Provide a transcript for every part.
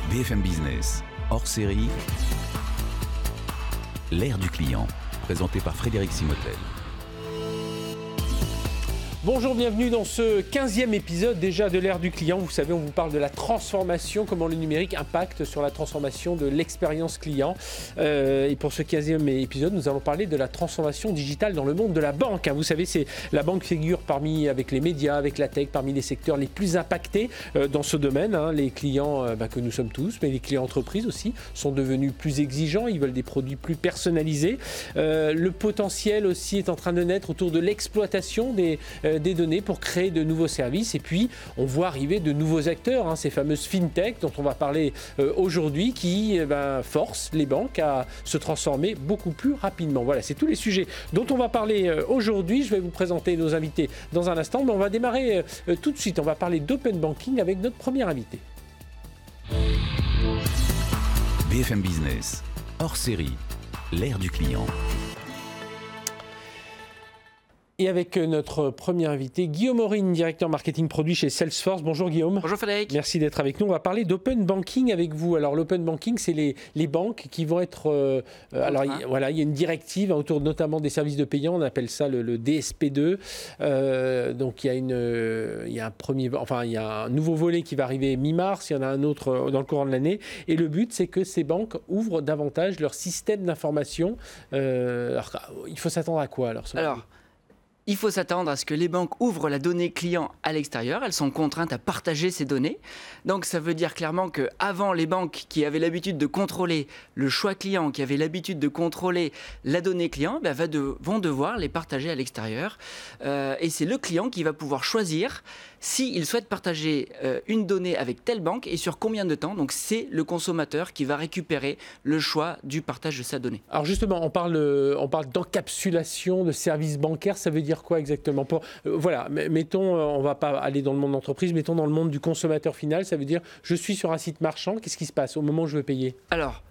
BFM Business, hors série, l'ère du client, présenté par Frédéric Simotel. Bonjour, bienvenue dans ce 15e épisode déjà de l'ère du client. Vous savez, on vous parle de la transformation, comment le numérique impacte sur la transformation de l'expérience client. Et pour ce 15e épisode, nous allons parler de la transformation digitale dans le monde de la banque. Vous savez, la banque figure avec les médias, avec la tech, parmi les secteurs les plus impactés dans ce domaine. Les clients que nous sommes tous, mais les clients entreprises aussi, sont devenus plus exigeants. Ils veulent des produits plus personnalisés. Le potentiel aussi est en train de naître autour de l'exploitation des données pour créer de nouveaux services. Et puis, on voit arriver de nouveaux acteurs, ces fameuses fintech dont on va parler aujourd'hui, qui forcent les banques à se transformer beaucoup plus rapidement. Voilà, c'est tous les sujets dont on va parler aujourd'hui. Je vais vous présenter nos invités dans un instant, mais on va démarrer tout de suite. On va parler d'open banking avec notre premier invité. BFM Business, hors série, l'ère du client. Et avec notre premier invité, Guillaume Aurine, directeur marketing produit chez Salesforce. Bonjour Guillaume. Bonjour Frédéric. Merci d'être avec nous. On va parler d'open banking avec vous. Alors l'open banking, c'est les banques qui vont être... il y a une directive autour notamment des services de paiement. On appelle ça le DSP2. Donc il y a un nouveau volet qui va arriver mi-mars. Il y en a un autre dans le courant de l'année. Et le but, c'est que ces banques ouvrent davantage leur système d'information. Alors, il faut s'attendre à quoi alors il faut s'attendre à ce que les banques ouvrent la donnée client à l'extérieur. Elles sont contraintes à partager ces données. Donc ça veut dire clairement qu'avant, les banques qui avaient l'habitude de contrôler le choix client, qui avaient l'habitude de contrôler la donnée client, vont devoir les partager à l'extérieur. Et c'est le client qui va pouvoir choisir s'il souhaite partager une donnée avec telle banque et sur combien de temps. Donc c'est le consommateur qui va récupérer le choix du partage de sa donnée. Alors justement, on parle d'encapsulation de services bancaires. Ça veut dire quoi exactement mettons, on ne va pas aller dans le monde d'entreprise, mettons dans le monde du consommateur final. Ça veut dire, je suis sur un site marchand, qu'est-ce qui se passe au moment où je veux payer ? Alors,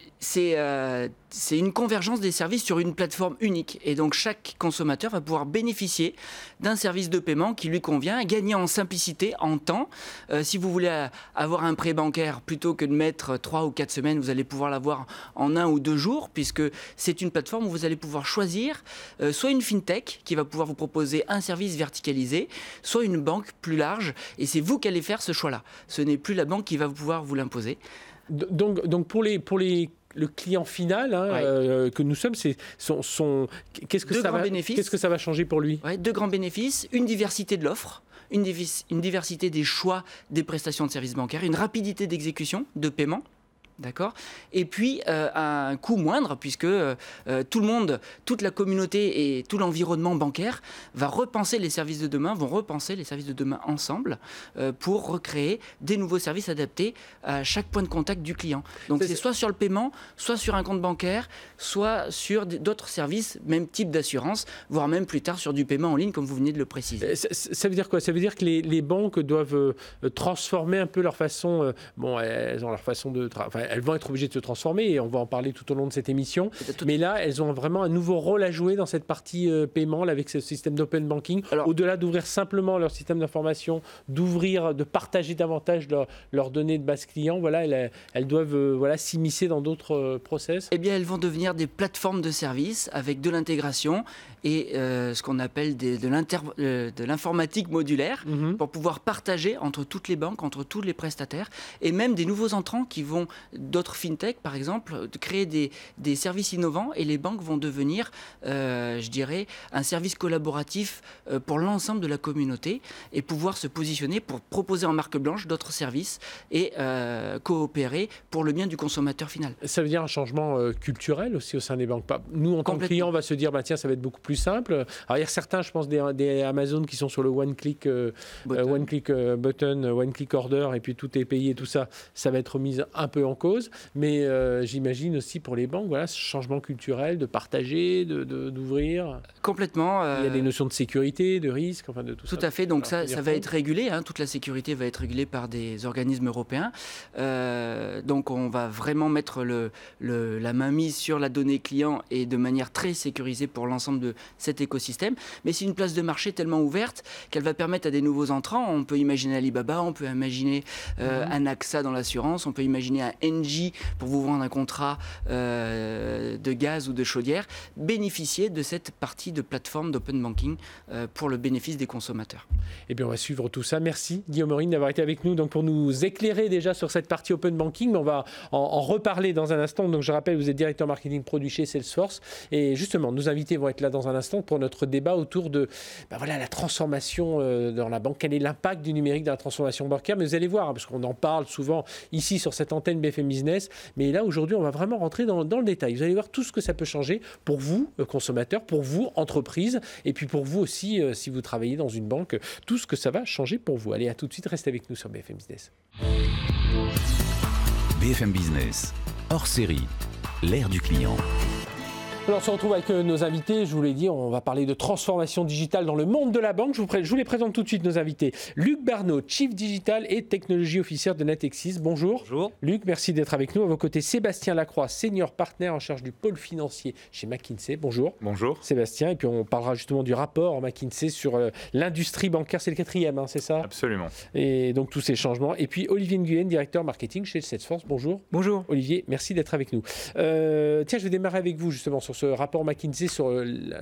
c'est une convergence des services sur une plateforme unique. Et donc, chaque consommateur va pouvoir bénéficier d'un service de paiement qui lui convient, gagner en simplicité, en temps. Si vous voulez avoir un prêt bancaire, plutôt que de mettre 3 ou 4 semaines, vous allez pouvoir l'avoir en 1 ou 2 jours, puisque c'est une plateforme où vous allez pouvoir choisir soit une fintech qui va pouvoir vous proposer un service verticalisé, soit une banque plus large. Et c'est vous qui allez faire ce choix-là. Ce n'est plus la banque qui va pouvoir vous l'imposer. Donc pour le client final que nous sommes, qu'est-ce que ça va changer pour lui ? 2 grands bénéfices, une diversité de l'offre, une diversité des choix des prestations de services bancaires, une rapidité d'exécution, de paiement. D'accord ? Et puis un coût moindre, puisque tout le monde, toute la communauté et tout l'environnement bancaire vont repenser les services de demain ensemble pour recréer des nouveaux services adaptés à chaque point de contact du client. Donc c'est soit sur le paiement, soit sur un compte bancaire, soit sur d'autres services, même type d'assurance, voire même plus tard sur du paiement en ligne, comme vous venez de le préciser. Ça veut dire quoi ? Ça veut dire que les banques doivent transformer un peu leur façon... elles ont leur façon de... Elles vont être obligées de se transformer et on va en parler tout au long de cette émission. Mais là, elles ont vraiment un nouveau rôle à jouer dans cette partie paiement là, avec ce système d'open banking. Alors, au-delà d'ouvrir simplement leur système d'information, de partager davantage leurs données de base client, elles doivent s'immiscer dans d'autres process. Eh bien, elles vont devenir des plateformes de services avec de l'intégration et ce qu'on appelle de l'informatique modulaire pour pouvoir partager entre toutes les banques, entre tous les prestataires et même des nouveaux entrants qui vont, d'autres fintech par exemple, créer des services innovants et les banques vont devenir, un service collaboratif pour l'ensemble de la communauté et pouvoir se positionner pour proposer en marque blanche d'autres services et coopérer pour le bien du consommateur final. Ça veut dire un changement culturel aussi au sein des banques. Nous, en tant que client, on va se dire, tiens, ça va être beaucoup plus simple. Alors, il y a certains, je pense, des Amazon qui sont sur le one-click button, one-click order, et puis tout est payé, tout ça, ça va être mis un peu en cause. cause, mais j'imagine aussi pour les banques, voilà, ce changement culturel de partager, d'ouvrir. Complètement. Il y a des notions de sécurité, de risque, enfin de tout ça. Tout à fait, donc ça va être régulé, toute la sécurité va être régulée par des organismes européens. Donc on va vraiment mettre la mainmise sur la donnée client et de manière très sécurisée pour l'ensemble de cet écosystème. Mais c'est une place de marché tellement ouverte qu'elle va permettre à des nouveaux entrants, on peut imaginer Alibaba, on peut imaginer un AXA dans l'assurance, on peut imaginer un Engie pour vous vendre un contrat de gaz ou de chaudière, bénéficier de cette partie de plateforme d'open banking pour le bénéfice des consommateurs. Et bien on va suivre tout ça. Merci Guillaume Aurine d'avoir été avec nous donc, pour nous éclairer déjà sur cette partie open banking. Mais on va en reparler dans un instant. Donc je rappelle, vous êtes directeur marketing produit chez Salesforce. Et justement, nos invités vont être là dans un instant pour notre débat autour de la transformation dans la banque. Quel est l'impact du numérique dans la transformation bancaire? Mais vous allez voir, parce qu'on en parle souvent ici sur cette antenne BFM Business. Mais là, aujourd'hui, on va vraiment rentrer dans le détail. Vous allez voir tout ce que ça peut changer pour vous, consommateurs, pour vous, entreprises, et puis pour vous aussi, si vous travaillez dans une banque, tout ce que ça va changer pour vous. Allez, à tout de suite, restez avec nous sur BFM Business. BFM Business, hors série, l'ère du client. Alors, on se retrouve avec nos invités. Je vous l'ai dit, on va parler de transformation digitale dans le monde de la banque. Je vous les présente tout de suite, nos invités. Luc Barneau, Chief Digital et Technology Officer de Natixis. Bonjour. Bonjour. Luc, merci d'être avec nous. À vos côtés, Sébastien Lacroix, Senior Partner en charge du pôle financier chez McKinsey. Bonjour. Bonjour. Sébastien, et puis on parlera justement du rapport McKinsey sur l'industrie bancaire. C'est le 4e, c'est ça? Absolument. Et donc tous ces changements. Et puis Olivier Nguyen, directeur marketing chez Salesforce. Bonjour. Bonjour. Olivier, merci d'être avec nous. Tiens, je vais démarrer avec vous justement sur ce rapport McKinsey sur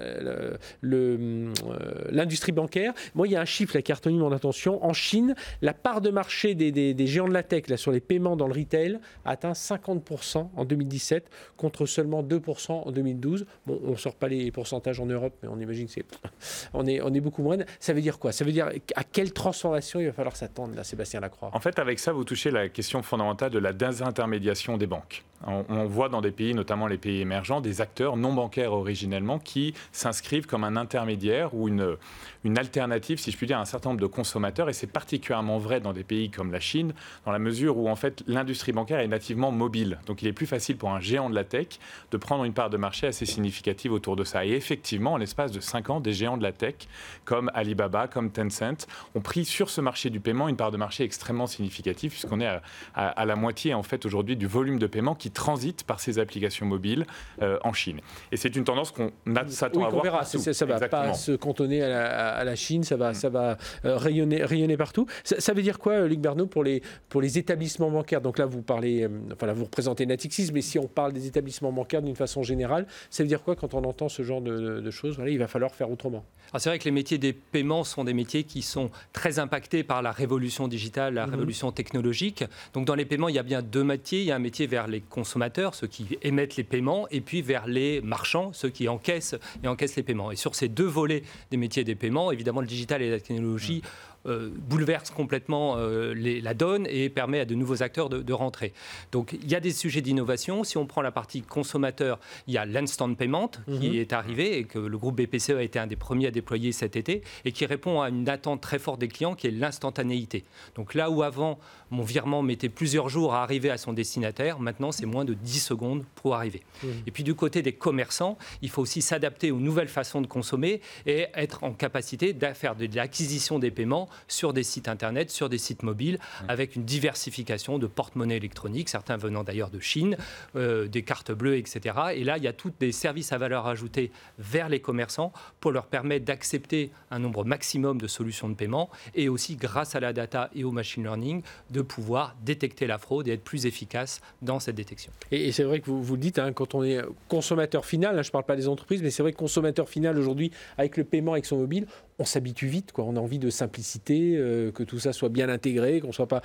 l'industrie bancaire. Moi, il y a un chiffre là, qui a retenu mon attention. En Chine, la part de marché des géants de la tech là, sur les paiements dans le retail a atteint 50% en 2017 contre seulement 2% en 2012. Bon, on ne sort pas les pourcentages en Europe, mais on imagine qu'on est beaucoup moins. Ça veut dire quoi? Ça veut dire à quelle transformation il va falloir s'attendre, là, Sébastien Lacroix? En fait, avec ça, vous touchez la question fondamentale de la désintermédiation des banques. On voit dans des pays, notamment les pays émergents, des acteurs non bancaires originellement qui s'inscrivent comme un intermédiaire ou une alternative, si je puis dire, à un certain nombre de consommateurs. Et c'est particulièrement vrai dans des pays comme la Chine, dans la mesure où en fait l'industrie bancaire est nativement mobile. Donc il est plus facile pour un géant de la tech de prendre une part de marché assez significative autour de ça. Et effectivement, en l'espace de 5 ans, des géants de la tech comme Alibaba, comme Tencent, ont pris sur ce marché du paiement une part de marché extrêmement significative, puisqu'on est à la moitié en fait aujourd'hui du volume de paiement qui transite par ces applications mobiles en Chine. Et c'est une tendance qu'on s'attend à voir verra. partout. Ça ne va pas se cantonner à la Chine, ça va rayonner partout. Ça veut dire quoi, Luc Barneau, pour les établissements bancaires? Donc là, vous représentez Natixis, mais si on parle des établissements bancaires d'une façon générale, ça veut dire quoi quand on entend ce genre de choses? Voilà, il va falloir faire autrement. Alors c'est vrai que les métiers des paiements sont des métiers qui sont très impactés par la révolution digitale, la révolution technologique. Donc dans les paiements, il y a bien deux métiers. Il y a un métier vers les consommateurs, ceux qui émettent les paiements, et puis vers les marchands, ceux qui encaissent les paiements. Et sur ces deux volets des métiers des paiements, évidemment, le digital et la technologie bouleverse complètement la donne et permet à de nouveaux acteurs de rentrer. Donc il y a des sujets d'innovation. Si on prend la partie consommateur, il y a l'instant payment qui est arrivé et que le groupe BPCE a été un des premiers à déployer cet été et qui répond à une attente très forte des clients qui est l'instantanéité. Donc là où avant mon virement mettait plusieurs jours à arriver à son destinataire, maintenant c'est moins de 10 secondes pour arriver. Et puis du côté des commerçants, il faut aussi s'adapter aux nouvelles façons de consommer et être en capacité de faire de l'acquisition des paiements sur des sites internet, sur des sites mobiles, avec une diversification de porte-monnaie électronique, certains venant d'ailleurs de Chine, des cartes bleues, etc. Et là, il y a tous des services à valeur ajoutée vers les commerçants pour leur permettre d'accepter un nombre maximum de solutions de paiement et aussi, grâce à la data et au machine learning, de pouvoir détecter la fraude et être plus efficace dans cette détection. Et c'est vrai que vous le dites, quand on est consommateur final, je ne parle pas des entreprises, mais c'est vrai que consommateur final aujourd'hui, avec le paiement, avec son mobile, on s'habitue vite, quoi. On a envie de simplicité, que tout ça soit bien intégré, qu'on soit pas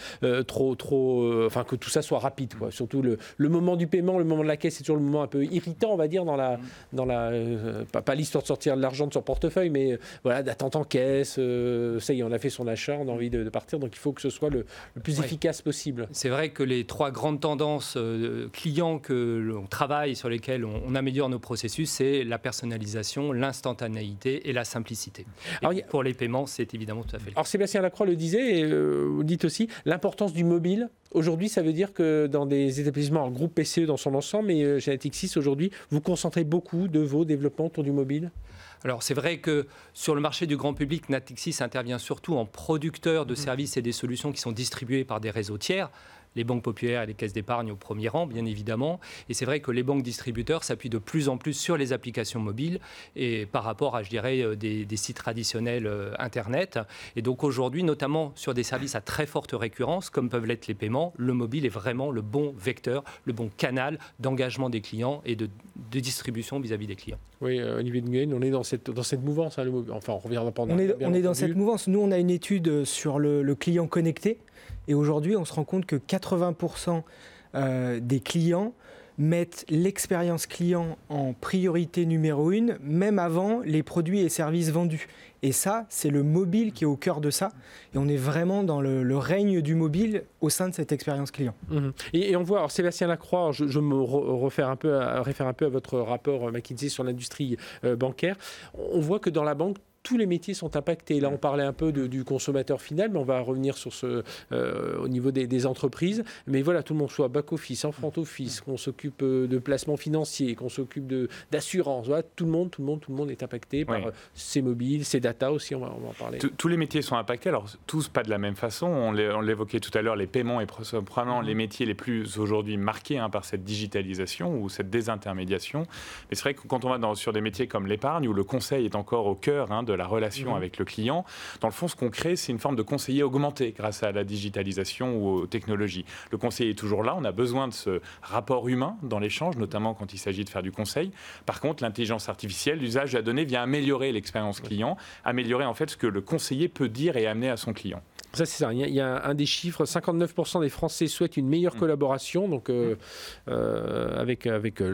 que tout ça soit rapide, quoi. Surtout le moment du paiement, le moment de la caisse, c'est toujours le moment un peu irritant, on va dire, pas l'histoire de sortir de l'argent de son portefeuille, mais voilà, d'attente en caisse. Ça y est, on a fait son achat, on a envie de partir, donc il faut que ce soit le plus efficace possible. C'est vrai que les trois grandes tendances clients que l'on travaille, sur lesquelles on améliore nos processus, c'est la personnalisation, l'instantanéité et la simplicité. Alors, pour les paiements, c'est évidemment tout à fait le cas. Alors Sébastien Lacroix le disait, et vous dites aussi, l'importance du mobile. Aujourd'hui, ça veut dire que dans des établissements, le groupe PCE dans son ensemble, mais chez Natixis, aujourd'hui, vous concentrez beaucoup de vos développements autour du mobile ? Alors c'est vrai que sur le marché du grand public, Natixis intervient surtout en producteur de services et des solutions qui sont distribuées par des réseaux tiers. Les banques populaires et les caisses d'épargne au premier rang, bien évidemment. Et c'est vrai que les banques distributeurs s'appuient de plus en plus sur les applications mobiles et par rapport à, je dirais, des sites traditionnels Internet. Et donc aujourd'hui, notamment sur des services à très forte récurrence, comme peuvent l'être les paiements, le mobile est vraiment le bon vecteur, le bon canal d'engagement des clients et de distribution vis-à-vis des clients. Oui, Olivier de Nguyen, on est dans cette mouvance. Hein, enfin, on reviendra pas. On est dans cette mouvance. Nous, on a une étude sur le client connecté. Et aujourd'hui, on se rend compte que 80% des clients mettent l'expérience client en priorité numéro 1, même avant les produits et services vendus. Et ça, c'est le mobile qui est au cœur de ça. Et on est vraiment dans le règne du mobile au sein de cette expérience client. Et on voit, alors Sébastien Lacroix, je me réfère un peu à votre rapport McKinsey sur l'industrie bancaire. On voit que dans la banque, tous les métiers sont impactés. Là, on parlait un peu du consommateur final, mais on va revenir sur au niveau des entreprises. Mais voilà, tout le monde, soit back-office, en front-office, qu'on s'occupe de placements financiers, qu'on s'occupe d'assurance. Voilà, tout le monde est impacté par ses mobiles, ses data aussi, on va en parler. Tous les métiers sont impactés, alors tous pas de la même façon. On l'évoquait tout à l'heure, les paiements et probablement les métiers les plus aujourd'hui marqués par cette digitalisation ou cette désintermédiation. Mais c'est vrai que quand on va sur des métiers comme l'épargne, où le conseil est encore au cœur de la relation avec le client, dans le fond, ce qu'on crée, c'est une forme de conseiller augmenté grâce à la digitalisation ou aux technologies. Le conseiller est toujours là, on a besoin de ce rapport humain dans l'échange, notamment quand il s'agit de faire du conseil. Par contre, l'intelligence artificielle, l'usage de la donnée vient améliorer l'expérience client, améliorer en fait ce que le conseiller peut dire et amener à son client. Ça, c'est ça. Il y a un des chiffres, 59% des Français souhaitent une meilleure collaboration, donc avec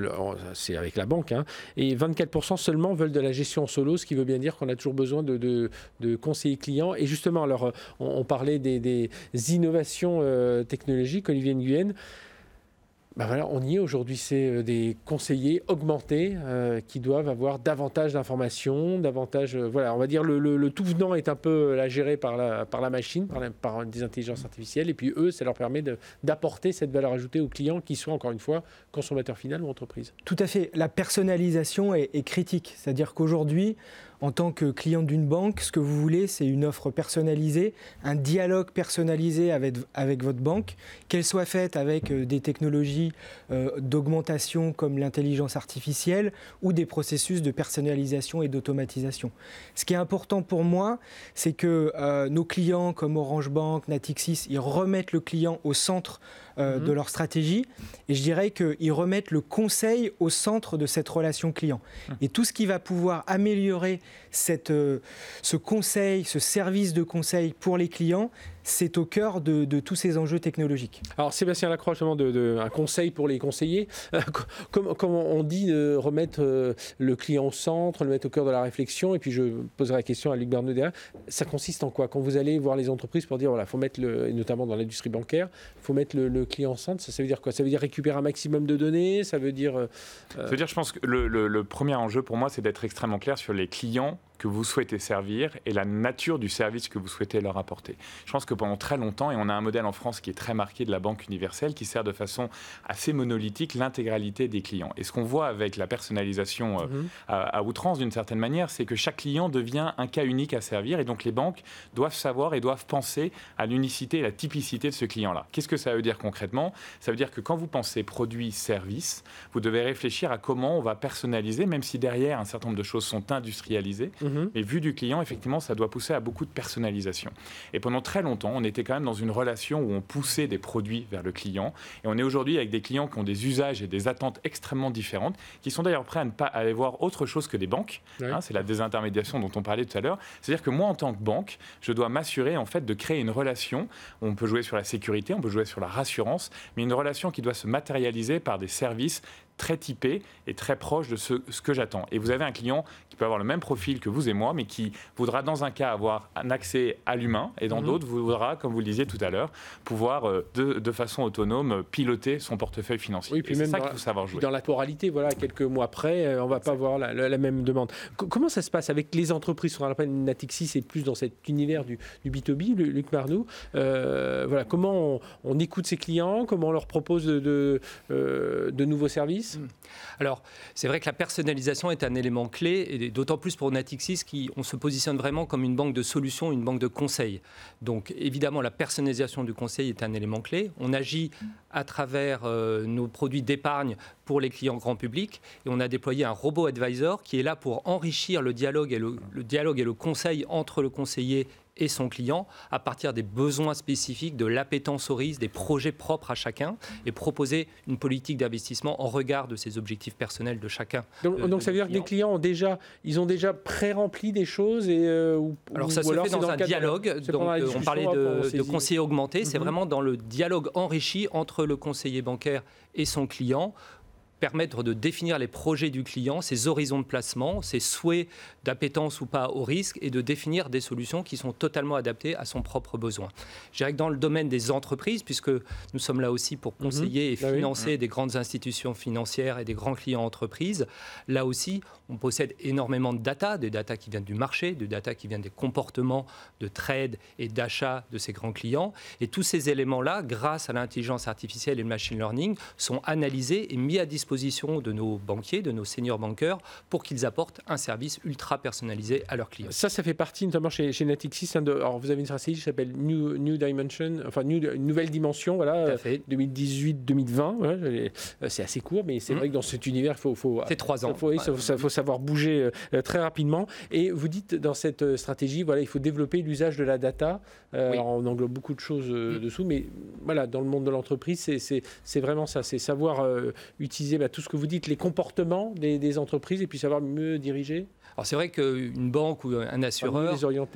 la banque, et 24% seulement veulent de la gestion en solo, ce qui veut bien dire qu'on a toujours besoin de conseillers clients. Et justement, alors, on parlait des innovations technologiques, Olivier Nguyen. Ben voilà, on y est aujourd'hui, c'est des conseillers augmentés qui doivent avoir davantage d'informations, davantage... voilà, on va dire le tout venant est un peu géré par la machine, par des intelligences artificielles, et puis eux, ça leur permet d'apporter cette valeur ajoutée aux clients qui soient, encore une fois, consommateurs final ou entreprises. Tout à fait. La personnalisation est critique, c'est-à-dire qu'aujourd'hui, en tant que client d'une banque, ce que vous voulez, c'est une offre personnalisée, un dialogue personnalisé avec votre banque, qu'elle soit faite avec des technologies d'augmentation comme l'intelligence artificielle ou des processus de personnalisation et d'automatisation. Ce qui est important pour moi, c'est que nos clients comme Orange Bank, Natixis, ils remettent le client au centre de leur stratégie, et je dirais qu'ils remettent le conseil au centre de cette relation client. Et tout ce qui va pouvoir améliorer ce conseil, ce service de conseil pour les clients, c'est au cœur de tous ces enjeux technologiques. Alors Sébastien Lacroix, justement, un conseil pour les conseillers. Comment on dit remettre le client au centre, le mettre au cœur de la réflexion, et puis je poserai la question à Luc Bernot derrière. Ça consiste en quoi? Quand vous allez voir les entreprises pour dire, voilà, faut mettre et notamment dans l'industrie bancaire, il faut mettre le client au centre, ça veut dire quoi? Ça veut dire récupérer un maximum de données? Ça veut dire... Ça veut dire, je pense que le premier enjeu pour moi, c'est d'être extrêmement clair sur les clients que vous souhaitez servir et la nature du service que vous souhaitez leur apporter. Je pense que pendant très longtemps, et on a un modèle en France qui est très marqué de la banque universelle, qui sert de façon assez monolithique l'intégralité des clients. Et ce qu'on voit avec la personnalisation à outrance, d'une certaine manière, c'est que chaque client devient un cas unique à servir, et donc les banques doivent savoir et doivent penser à l'unicité et la typicité de ce client-là. Qu'est-ce que ça veut dire concrètement? Ça veut dire que quand vous pensez produit, service, vous devez réfléchir à comment on va personnaliser, même si derrière un certain nombre de choses sont industrialisées. Mais vu du client, effectivement, ça doit pousser à beaucoup de personnalisation. Et pendant très longtemps, on était quand même dans une relation où on poussait des produits vers le client. Et on est aujourd'hui avec des clients qui ont des usages et des attentes extrêmement différentes, qui sont d'ailleurs prêts à ne pas aller voir autre chose que des banques. Ouais. C'est la désintermédiation dont on parlait tout à l'heure. C'est-à-dire que moi, en tant que banque, je dois m'assurer en fait de créer une relation. On peut jouer sur la sécurité, on peut jouer sur la rassurance, mais une relation qui doit se matérialiser par des services très typé et très proche de ce que j'attends. Et vous avez un client qui peut avoir le même profil que vous et moi, mais qui voudra dans un cas avoir un accès à l'humain et dans d'autres voudra, comme vous le disiez tout à l'heure, pouvoir de façon autonome piloter son portefeuille financier. Oui, puis c'est même ça qu'il faut savoir jouer. Dans la temporalité, voilà, quelques mois après, on ne va pas avoir la même demande. Comment ça se passe avec les entreprises? On rappelle, Natixis, c'est plus dans cet univers du B2B, Luc Marnoux. Voilà, comment on écoute ses clients, comment on leur propose de nouveaux services? Alors, c'est vrai que la personnalisation est un élément clé, et d'autant plus pour Natixis, on se positionne vraiment comme une banque de solutions, une banque de conseils. Donc, évidemment, la personnalisation du conseil est un élément clé. On agit à travers nos produits d'épargne pour les clients grand public, et on a déployé un robot advisor qui est là pour enrichir le dialogue et le conseil entre le conseiller et son client à partir des besoins spécifiques, de l'appétence au risque, des projets propres à chacun, et proposer une politique d'investissement en regard de ses objectifs personnels de chacun. Donc ça veut dire que les clients ont déjà pré-rempli des choses et alors ça se fait dans un dialogue. Donc on parlait de conseiller augmenté, c'est vraiment dans le dialogue enrichi entre le conseiller bancaire et son client, permettre de définir les projets du client, ses horizons de placement, ses souhaits d'appétence ou pas au risque, et de définir des solutions qui sont totalement adaptées à son propre besoin. Je dirais que dans le domaine des entreprises, puisque nous sommes là aussi pour conseiller et financer des grandes institutions financières et des grands clients entreprises, là aussi, on possède énormément de data, des data qui viennent du marché, des data qui viennent des comportements de trade et d'achat de ces grands clients. Et tous ces éléments-là, grâce à l'intelligence artificielle et le machine learning, sont analysés et mis à disposition de nos banquiers, de nos seniors bankers, pour qu'ils apportent un service ultra personnalisé à leurs clients. Ça fait partie notamment chez Natixis. Alors vous avez une stratégie qui s'appelle New Dimension, enfin une nouvelle dimension, voilà, 2018-2020. Voilà, c'est assez court, mais c'est vrai que dans cet univers, il faut c'est 3 ans. Il faut savoir bouger très rapidement. Et vous dites dans cette stratégie, voilà, il faut développer l'usage de la data. On englobe beaucoup de choses dessous, mais voilà, dans le monde de l'entreprise, c'est vraiment ça, c'est savoir utiliser tout ce que vous dites, les comportements des entreprises, et puis savoir mieux diriger. Alors c'est vrai qu'une banque ou un assureur,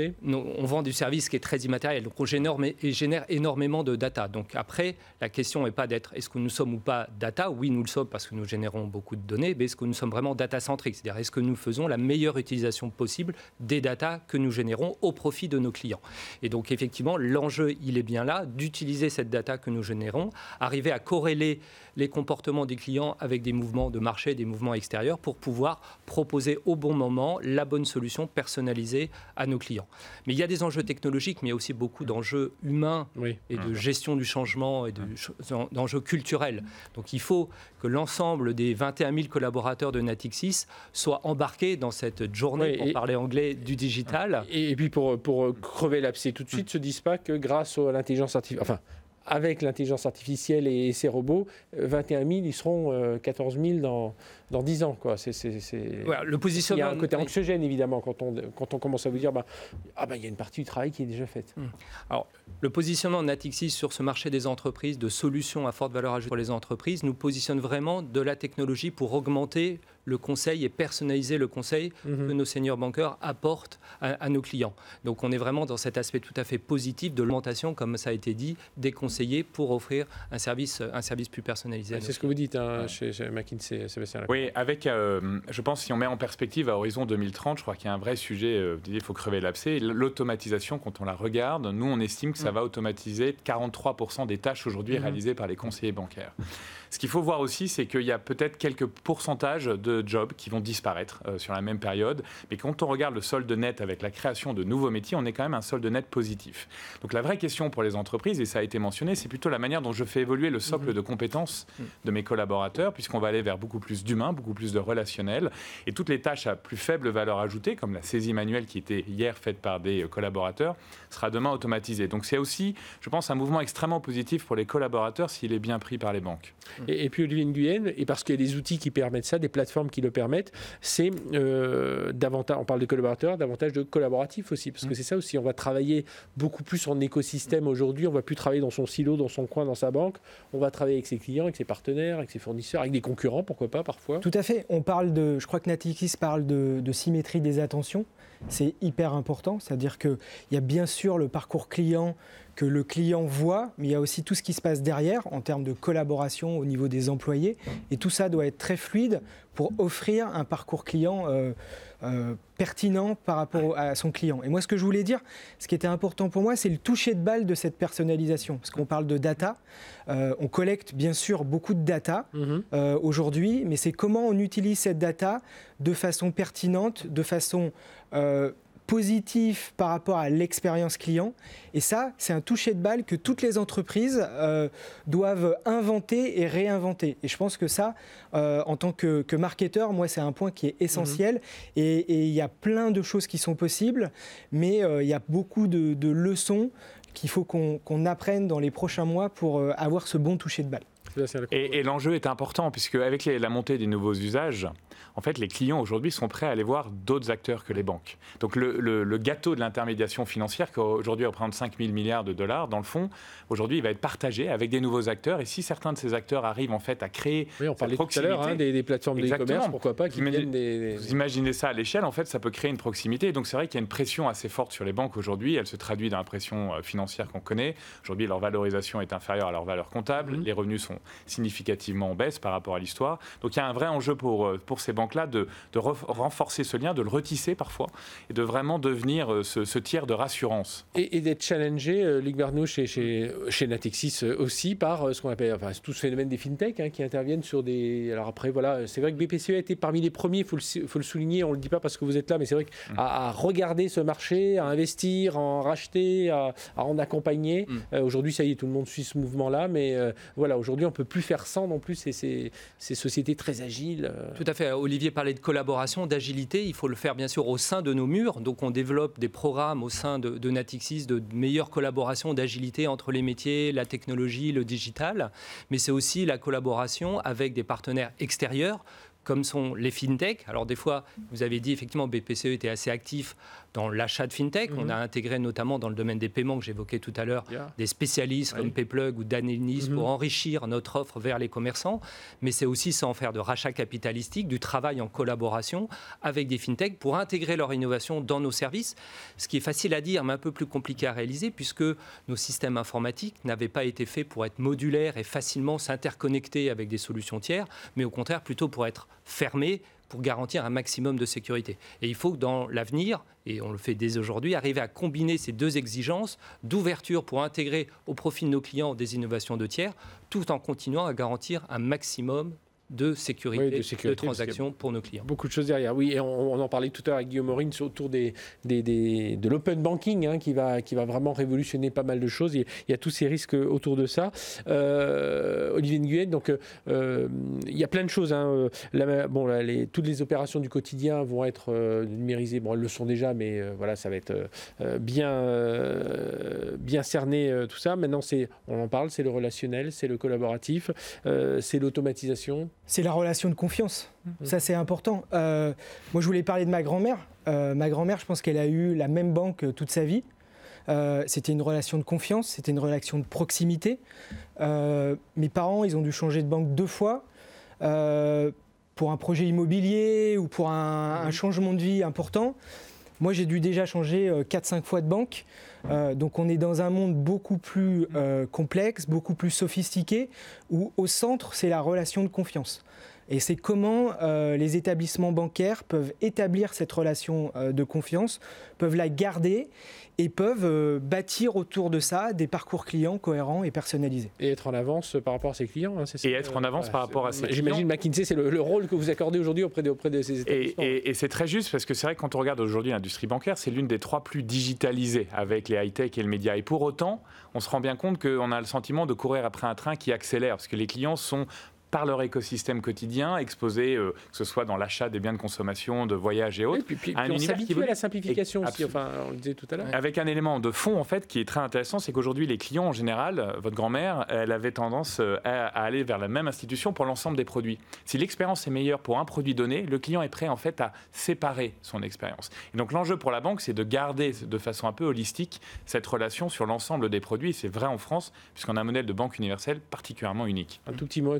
on vend du service qui est très immatériel, donc on génère énormément de data. Donc après, la question n'est pas d'être est-ce que nous sommes ou pas data. Oui, nous le sommes parce que nous générons beaucoup de données, mais est-ce que nous sommes vraiment data-centriques, c'est-à-dire est-ce que nous faisons la meilleure utilisation possible des data que nous générons au profit de nos clients. Et donc effectivement, l'enjeu, il est bien là, d'utiliser cette data que nous générons, arriver à corréler les comportements des clients avec des mouvements de marché, des mouvements extérieurs, pour pouvoir proposer au bon moment la bonne solution personnalisée à nos clients. Mais il y a des enjeux technologiques, mais il y a aussi beaucoup d'enjeux humains et de gestion du changement et d'enjeux culturels. Donc il faut que l'ensemble des 21 000 collaborateurs de Natixis soient embarqués dans cette journée, pour parler anglais, du digital. Et puis pour crever l'abcès tout de suite, se disent pas que grâce à l'intelligence artificielle, avec l'intelligence artificielle et ses robots, 21 000, ils seront 14 000 dans 10 ans. Quoi. Le positionnement... Il y a un côté anxiogène, évidemment, quand on commence à vous dire il y a une partie du travail qui est déjà faite. Alors, le positionnement de Natixis sur ce marché des entreprises, de solutions à forte valeur ajoutée pour les entreprises, nous positionne vraiment de la technologie pour augmenter le conseil et personnaliser le conseil que nos seniors bankers apportent à nos clients. Donc on est vraiment dans cet aspect tout à fait positif de l'augmentation, comme ça a été dit, des conseillers pour offrir un service plus personnalisé. C'est ce que vous dites chez McKinsey, Sébastien. Oui, avec, je pense, si on met en perspective à horizon 2030, je crois qu'il y a un vrai sujet, il faut crever l'abcès. L'automatisation, quand on la regarde, nous on estime que ça va automatiser 43% des tâches aujourd'hui réalisées par les conseillers bancaires. Ce qu'il faut voir aussi, c'est qu'il y a peut-être quelques pourcentages de jobs qui vont disparaître sur la même période. Mais quand on regarde le solde net avec la création de nouveaux métiers, on est quand même un solde net positif. Donc la vraie question pour les entreprises, et ça a été mentionné, c'est plutôt la manière dont je fais évoluer le socle de compétences de mes collaborateurs, puisqu'on va aller vers beaucoup plus d'humain, beaucoup plus de relationnel. Et toutes les tâches à plus faible valeur ajoutée, comme la saisie manuelle qui était hier faite par des collaborateurs, sera demain automatisée. Donc c'est aussi, je pense, un mouvement extrêmement positif pour les collaborateurs s'il est bien pris par les banques. Et puis Olivier Nguyen, et parce qu'il y a des outils qui permettent ça, des plateformes qui le permettent, c'est davantage, on parle de collaborateurs, davantage de collaboratifs aussi, parce que c'est ça aussi, on va travailler beaucoup plus en écosystème aujourd'hui, on ne va plus travailler dans son silo, dans son coin, dans sa banque, on va travailler avec ses clients, avec ses partenaires, avec ses fournisseurs, avec des concurrents, pourquoi pas parfois. Tout à fait, je crois que Natixis parle de symétrie des attentions, c'est hyper important, c'est-à-dire qu'il y a bien sûr le parcours client que le client voit, mais il y a aussi tout ce qui se passe derrière en termes de collaboration au niveau des employés. Et tout ça doit être très fluide pour offrir un parcours client pertinent par rapport à son client. Et moi, ce que je voulais dire, ce qui était important pour moi, c'est le toucher de balle de cette personnalisation. Parce qu'on parle de data, on collecte bien sûr beaucoup de data aujourd'hui, mais c'est comment on utilise cette data de façon pertinente, de façon positif par rapport à l'expérience client. Et ça, c'est un toucher de balle que toutes les entreprises doivent inventer et réinventer. Et je pense que ça, en tant que marketeur, moi, c'est un point qui est essentiel. Et il y a plein de choses qui sont possibles, mais il y a beaucoup de leçons qu'il faut qu'on apprenne dans les prochains mois pour avoir ce bon toucher de balle. Et l'enjeu est important, puisque avec la montée des nouveaux usages, en fait, les clients aujourd'hui sont prêts à aller voir d'autres acteurs que les banques. Donc le gâteau de l'intermédiation financière, qui aujourd'hui représente 5 000 milliards de dollars, dans le fond, aujourd'hui, il va être partagé avec des nouveaux acteurs. Et si certains de ces acteurs arrivent en fait à créer on parlait cette proximité, tout à l'heure des plateformes d'e-commerce, pourquoi pas, vous imaginez ça à l'échelle, en fait, ça peut créer une proximité. Et donc c'est vrai qu'il y a une pression assez forte sur les banques aujourd'hui. Elle se traduit dans la pression financière qu'on connaît. Aujourd'hui, leur valorisation est inférieure à leur valeur comptable. Les revenus sont significativement en baisse par rapport à l'histoire. Donc il y a un vrai enjeu pour ces banques-là de renforcer ce lien, de le retisser parfois, et de vraiment devenir ce tiers de rassurance. Et d'être challengé, Luc Barneau, chez Natixis aussi, par ce qu'on appelle tout ce phénomène des fintech qui interviennent sur des... Alors après, voilà, c'est vrai que BPCE a été parmi les premiers, il faut le souligner, on ne le dit pas parce que vous êtes là, mais c'est vrai qu'à regarder ce marché, à investir, à en racheter, à en accompagner. Aujourd'hui, ça y est, tout le monde suit ce mouvement-là, mais voilà, aujourd'hui, on ne peut plus faire sans non plus ces sociétés très agiles. Tout à fait. Olivier parlait de collaboration, d'agilité. Il faut le faire bien sûr au sein de nos murs. Donc on développe des programmes au sein de Natixis de meilleure collaboration, d'agilité entre les métiers, la technologie, le digital. Mais c'est aussi la collaboration avec des partenaires extérieurs, comme sont les fintech. Alors des fois, vous avez dit effectivement BPCE était assez actif dans l'achat de fintech. On a intégré notamment dans le domaine des paiements que j'évoquais tout à l'heure des spécialistes comme Payplug ou Danelis pour enrichir notre offre vers les commerçants. Mais c'est aussi sans faire de rachat capitalistique, du travail en collaboration avec des fintech pour intégrer leur innovation dans nos services. Ce qui est facile à dire mais un peu plus compliqué à réaliser puisque nos systèmes informatiques n'avaient pas été faits pour être modulaires et facilement s'interconnecter avec des solutions tiers, mais au contraire plutôt pour être fermés pour garantir un maximum de sécurité. Et il faut que dans l'avenir, et on le fait dès aujourd'hui, arriver à combiner ces deux exigences d'ouverture pour intégrer au profit de nos clients des innovations de tiers, tout en continuant à garantir un maximum de sécurité, de transactions pour nos clients. Beaucoup de choses derrière. Oui, et on en parlait tout à l'heure avec Guillaume Aurine autour de l'open banking qui va vraiment révolutionner pas mal de choses. Il y a tous ces risques autour de ça. Olivier Nguyen, donc il y a plein de choses. Toutes les opérations du quotidien vont être numérisées. Bon, elles le sont déjà, mais voilà, ça va être bien cerné tout ça. Maintenant, on en parle, c'est le relationnel, c'est le collaboratif, c'est l'automatisation. C'est la relation de confiance. Ça, c'est important. Moi, je voulais parler de ma grand-mère. Ma grand-mère, je pense qu'elle a eu la même banque toute sa vie. C'était une relation de confiance, c'était une relation de proximité. Mes parents, ils ont dû changer de banque 2 fois pour un projet immobilier ou pour un changement de vie important. Moi, j'ai dû déjà changer 4-5 fois de banque. Donc, on est dans un monde beaucoup plus complexe, beaucoup plus sophistiqué, où au centre, c'est la relation de confiance. Et c'est comment les établissements bancaires peuvent établir cette relation de confiance, peuvent la garder et peuvent bâtir autour de ça des parcours clients cohérents et personnalisés. Et être en avance par rapport à ses clients. C'est ça, être en avance par rapport à ses clients. J'imagine McKinsey, c'est le rôle que vous accordez aujourd'hui auprès de ces établissements. Et c'est très juste parce que c'est vrai que quand on regarde aujourd'hui l'industrie bancaire, c'est l'une des 3 plus digitalisées avec les high-tech et le média. Et pour autant, on se rend bien compte qu'on a le sentiment de courir après un train qui accélère parce que les clients sont par leur écosystème quotidien, exposés, que ce soit dans l'achat des biens de consommation, de voyages et autres. Et puis on s'habitue à la simplification aussi, on le disait tout à l'heure. Avec un élément de fond, en fait, qui est très intéressant, c'est qu'aujourd'hui, les clients, en général, votre grand-mère, elle avait tendance à aller vers la même institution pour l'ensemble des produits. Si l'expérience est meilleure pour un produit donné, le client est prêt, en fait, à séparer son expérience. Et donc, l'enjeu pour la banque, c'est de garder de façon un peu holistique cette relation sur l'ensemble des produits. C'est vrai en France, puisqu'on a un modèle de banque universelle particulièrement unique. Un tout petit mot, un tout dernier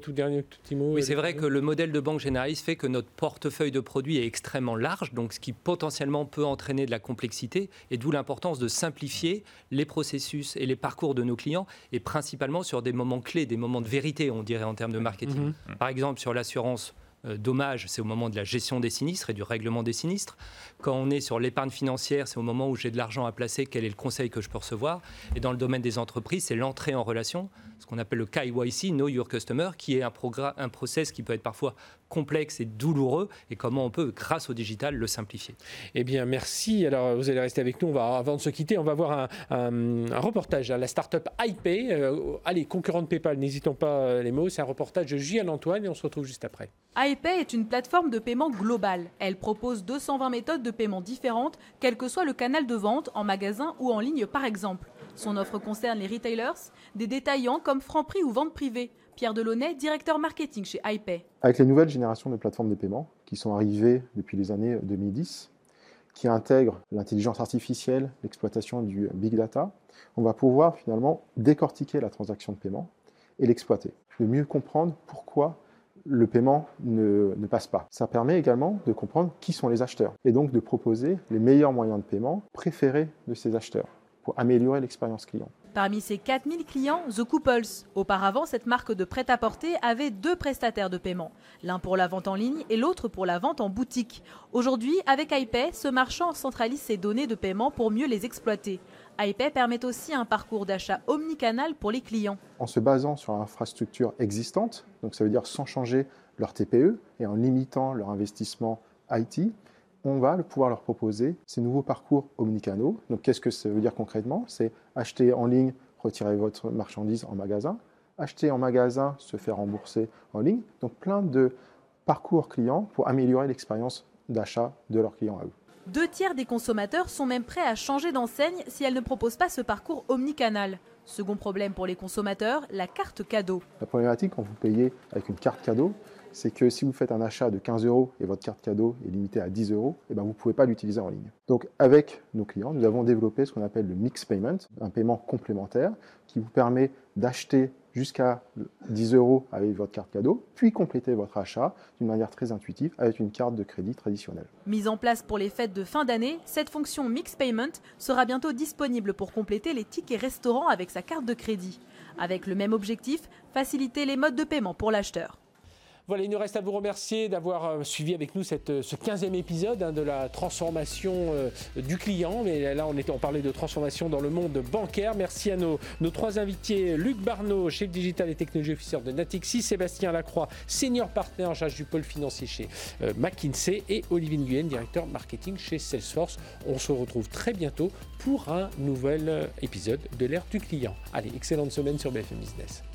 petit mot. Oui, c'est vrai que le modèle de banque généraliste fait que notre portefeuille de produits est extrêmement large, donc ce qui potentiellement peut entraîner de la complexité, et d'où l'importance de simplifier les processus et les parcours de nos clients, et principalement sur des moments clés, des moments de vérité, on dirait en termes de marketing. Par exemple, sur l'assurance dommage, c'est au moment de la gestion des sinistres et du règlement des sinistres. Quand on est sur l'épargne financière, c'est au moment où j'ai de l'argent à placer, quel est le conseil que je peux recevoir. Et dans le domaine des entreprises, c'est l'entrée en relation, ce qu'on appelle le KYC, Know Your Customer, qui est un process qui peut être parfois complexe et douloureux, et comment on peut, grâce au digital, le simplifier. Eh bien, merci. Alors, vous allez rester avec nous. Avant de se quitter, on va voir un reportage à la start-up iPay. Allez, concurrent de PayPal, n'hésitons pas les mots. C'est un reportage de Julian Antoine et on se retrouve juste après. iPay est une plateforme de paiement globale. Elle propose 220 méthodes de paiement différentes, quel que soit le canal de vente, en magasin ou en ligne par exemple. Son offre concerne les retailers, des détaillants comme Franprix ou vente privée. Pierre Delaunay, directeur marketing chez iPay. Avec les nouvelles générations de plateformes de paiement qui sont arrivées depuis les années 2010, qui intègrent l'intelligence artificielle, l'exploitation du big data, on va pouvoir finalement décortiquer la transaction de paiement et l'exploiter. De mieux comprendre pourquoi le paiement ne passe pas. Ça permet également de comprendre qui sont les acheteurs et donc de proposer les meilleurs moyens de paiement préférés de ces acheteurs pour améliorer l'expérience client. Parmi ses 4000 clients, The Couples. Auparavant, cette marque de prêt-à-porter avait 2 prestataires de paiement, l'un pour la vente en ligne et l'autre pour la vente en boutique. Aujourd'hui, avec iPay, ce marchand centralise ses données de paiement pour mieux les exploiter. iPay permet aussi un parcours d'achat omnicanal pour les clients. En se basant sur l'infrastructure existante, donc ça veut dire sans changer leur TPE et en limitant leur investissement IT, on va pouvoir leur proposer ces nouveaux parcours omnicanaux. Donc qu'est-ce que ça veut dire concrètement ? C'est acheter en ligne, retirer votre marchandise en magasin, acheter en magasin, se faire rembourser en ligne. Donc plein de parcours clients pour améliorer l'expérience d'achat de leurs clients à eux. 2 tiers des consommateurs sont même prêts à changer d'enseigne si elle ne propose pas ce parcours omnicanal. Second problème pour les consommateurs, la carte cadeau. La problématique quand vous payez avec une carte cadeau, c'est que si vous faites un achat de 15 € et votre carte cadeau est limitée à 10 €, eh ben vous ne pouvez pas l'utiliser en ligne. Donc avec nos clients, nous avons développé ce qu'on appelle le Mix Payment, un paiement complémentaire qui vous permet d'acheter jusqu'à 10 € avec votre carte cadeau, puis compléter votre achat d'une manière très intuitive avec une carte de crédit traditionnelle. Mise en place pour les fêtes de fin d'année, cette fonction Mix Payment sera bientôt disponible pour compléter les tickets restaurants avec sa carte de crédit. Avec le même objectif, faciliter les modes de paiement pour l'acheteur. Voilà, il nous reste à vous remercier d'avoir suivi avec nous ce 15e épisode de la transformation du client. Mais là, on parlait de transformation dans le monde bancaire. Merci à nos 3 invités, Luc Barneau, chef digital et technologie officer de Natixis, Sébastien Lacroix, senior partner en charge du pôle financier chez McKinsey, et Olivier Nguyen, directeur marketing chez Salesforce. On se retrouve très bientôt pour un nouvel épisode de l'ère du client. Allez, excellente semaine sur BFM Business.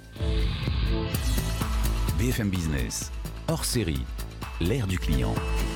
BFM Business, hors série, l'ère du client.